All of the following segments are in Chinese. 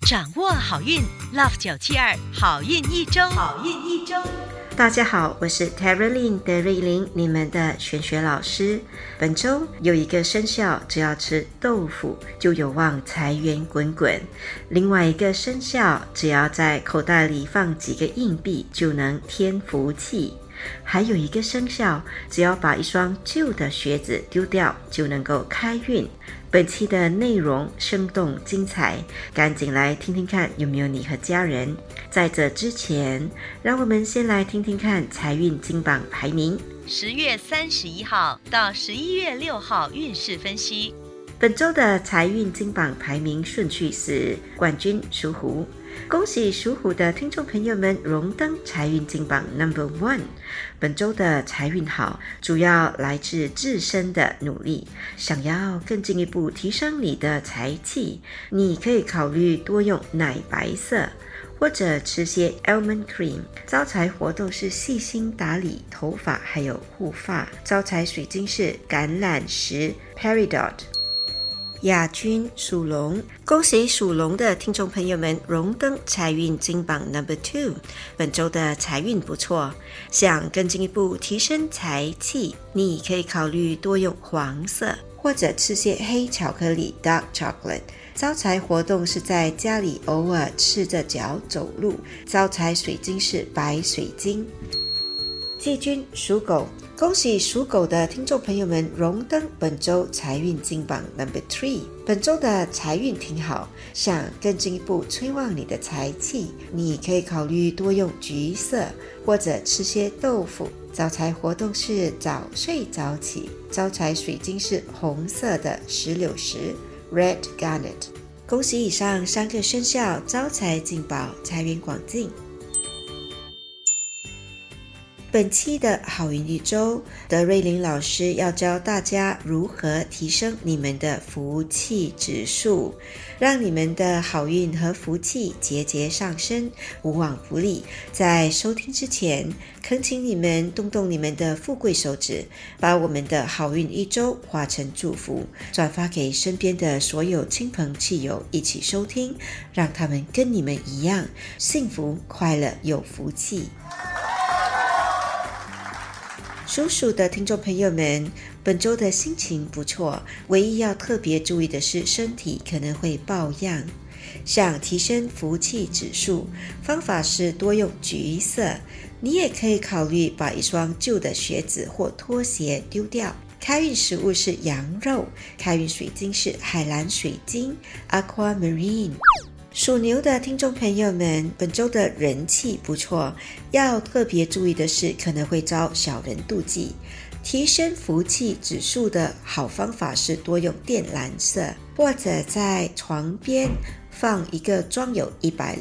掌握好运 Love 972好运一周，好运一周。 大家好，我是 Teralyn 德瑞琳，你们的玄学老师。本周有一个生肖，只要吃豆腐就有望财源滚滚；另外一个生肖，只要在口袋里放几个硬币就能添福气；还有一个生肖，只要把一双旧的靴子丢掉就能够开运。本期的内容生动精彩，赶紧来听听看有没有你和家人。在这之前，让我们先来听听看财运金榜排名。 10月31号到11月6号运势分析。 本周的财运金榜排名顺序是冠军属虎，恭喜属虎的听众朋友们荣登财运金榜 No.1。 本周的财运好，主要来自自身的努力。想要更进一步提升你的财气，你可以考虑多用奶白色或者吃些 almond cream。 招财活动是细心打理头发还有护发。招财水晶是橄榄石 Peridot。亚军属龙，恭喜属龙的听众朋友们荣登财运金榜 No.2。 本周的财运不错，想更进一步提升财气，你可以考虑多用黄色或者吃些黑巧克力 Dark Chocolate。招财活动是在家里偶尔赤着脚走路。招财水晶是白水晶。季军属狗，恭喜属狗的听众朋友们荣登本周财运金榜 No.3。 本周的财运挺好，想更进一步催旺你的财气，你可以考虑多用橘色或者吃些豆腐。招财活动是早睡早起。招财水晶是红色的石榴石 Red Garnet。 恭喜以上3个生肖招财进宝，财源广进。本期的好运一周，德瑞琳老师要教大家如何提升你们的福气指数，让你们的好运和福气节节上升，无往不利。在收听之前，恳请你们动动你们的富贵手指，把我们的好运一周化成祝福，转发给身边的所有亲朋戚友一起收听，让他们跟你们一样幸福快乐有福气。属鼠的听众朋友们，本周的心情不错，唯一要特别注意的是身体可能会抱恙。想提升福气指数，方法是多用橘色。你也可以考虑把一双旧的鞋子或拖鞋丢掉。开运食物是羊肉。开运水晶是海蓝水晶 Aquamarine。属牛的听众朋友们，本周的人气不错，要特别注意的是可能会遭小人妒忌。提升福气指数的好方法是多用靛蓝色，或者在床边放一个装有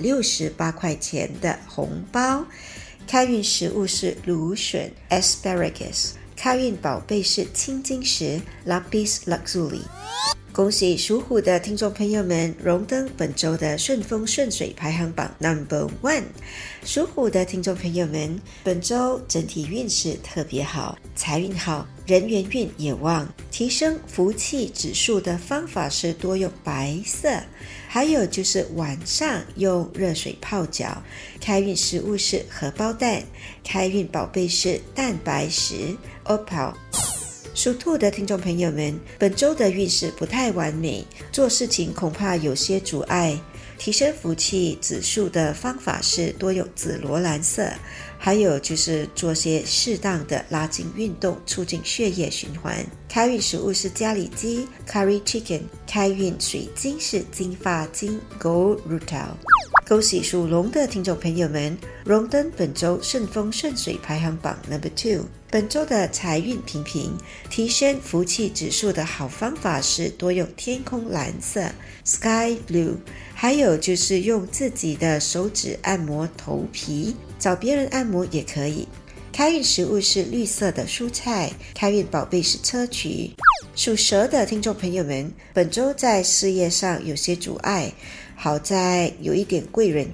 168块钱的红包。开运食物是芦笋 Asparagus。开运宝贝是青金石 Lapis Lazuli。恭喜属虎的听众朋友们荣登本周的顺风顺水排行榜 No.1。 属虎的听众朋友们，本周整体运势特别好，财运好，人缘运也旺。提升福气指数的方法是多用白色，还有就是晚上用热水泡脚。开运食物是荷包蛋。开运宝贝是蛋白石 Opal。属兔的听众朋友们，本周的运势不太完美，做事情恐怕有些阻碍。提升福气指数的方法是多用紫罗兰色，还有就是做些适当的拉筋运动，促进血液循环。开运食物是咖喱鸡 Curry Chicken。 开运水晶是金发晶 Gold Rutil。恭喜属龙的听众朋友们荣登本周顺风顺水排行榜 No.2。 本周的财运平平，提升福气指数的好方法是多用天空蓝色 Sky Blue， 还有就是用自己的手指按摩头皮，找别人按摩也可以。开运食物是绿色的蔬菜。开运宝贝是砗磲。属蛇的听众朋友们，本周在事业上有些阻碍，好在有一点贵人运。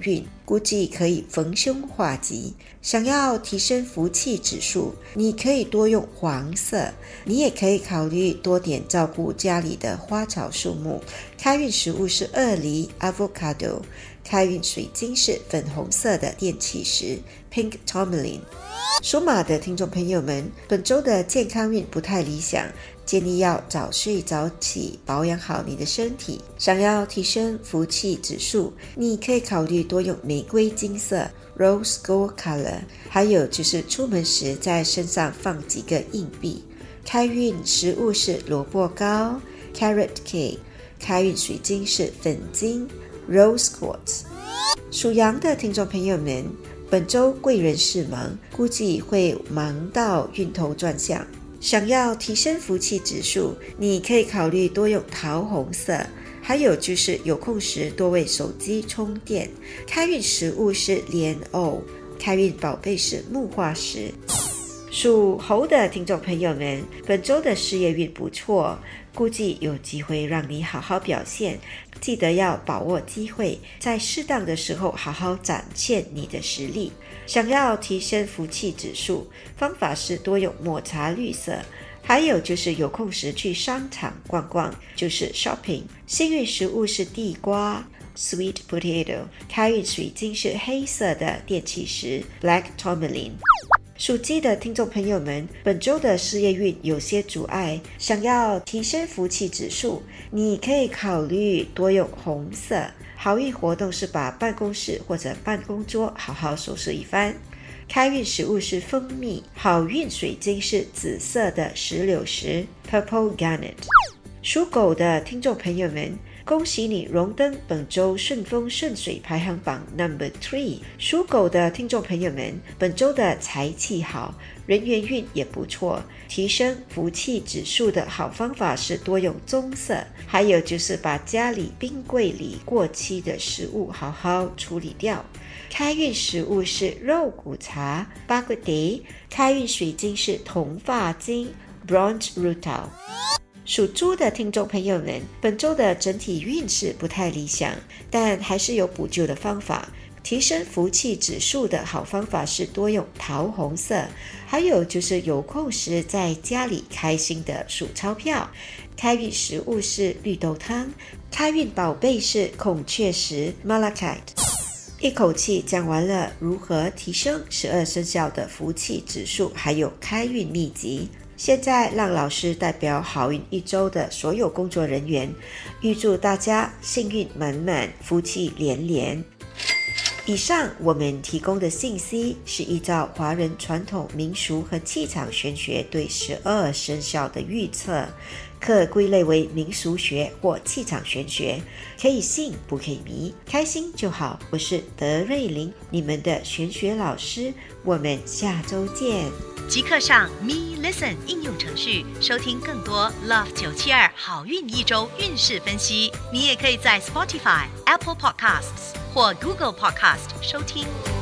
估计可以逢凶化吉。想要提升福气指数，你可以多用黄色，你也可以考虑多点照顾家里的花草树木。开运食物是2梨 avocado， 开运水晶是粉红色的电气石 pink tourmaline。属马的听众朋友们，本周的健康运不太理想，建议要早睡早起，保养好你的身体。想要提升福气指数，你可以考虑多用玫瑰金色 Rose Gold Color， 还有就是出门时在身上放几个硬币。开运食物是萝卜糕 Carrot Cake， 开运水晶是粉晶 Rose Quartz。属羊的听众朋友们，本周贵人事忙，估计会忙到晕头转向。想要提升福气指数，你可以考虑多用桃红色，还有就是有空时多为手机充电。开运食物是莲藕，开运宝贝是木化石。属猴的听众朋友们，本周的事业运不错，估计有机会让你好好表现，记得要把握机会，在适当的时候好好展现你的实力。想要提升福气指数，方法是多用抹茶绿色，还有就是有空时去商场逛逛，就是 shopping。 幸运食物是地瓜 sweet potato， 开运水晶是黑色的电气石 black tourmaline。属鸡的听众朋友们，本周的事业运有些阻碍，想要提升福气指数，你可以考虑多用红色。好运活动是把办公室或者办公桌好好收拾一番。开运食物是蜂蜜，好运水晶是紫色的石榴石 Purple Garnet。 属狗的听众朋友们，恭喜你荣登本周顺风顺水排行榜 No.3。 属狗的听众朋友们，本周的财气好，人缘运也不错，提升福气指数的好方法是多用棕色，还有就是把家里冰柜里过期的食物好好处理掉。开运食物是肉骨茶 Bagudi， 开运水晶是铜发晶 Bronze Rutil。属猪的听众朋友们，本周的整体运势不太理想，但还是有补救的方法。提升福气指数的好方法是多用桃红色，还有就是有空时在家里开心的数钞票。开运食物是绿豆汤，开运宝贝是孔雀石 Malachite。 一口气讲完了如何提升12生肖的福气指数，还有开运秘籍。现在让老师代表好运一周的所有工作人员，预祝大家幸运满满，福气连连。以上我们提供的信息是依照华人传统民俗和气场玄学对12生肖的预测，可归类为民俗学或气场玄学，可以信不可以迷，开心就好。我是德瑞琳，你们的玄学老师，我们下周见。 即刻上 Me Listen 应用程序收听更多 Love 972好运一周运势分析。你也可以在 Spotify、Apple Podcasts 或 Google Podcast 收听。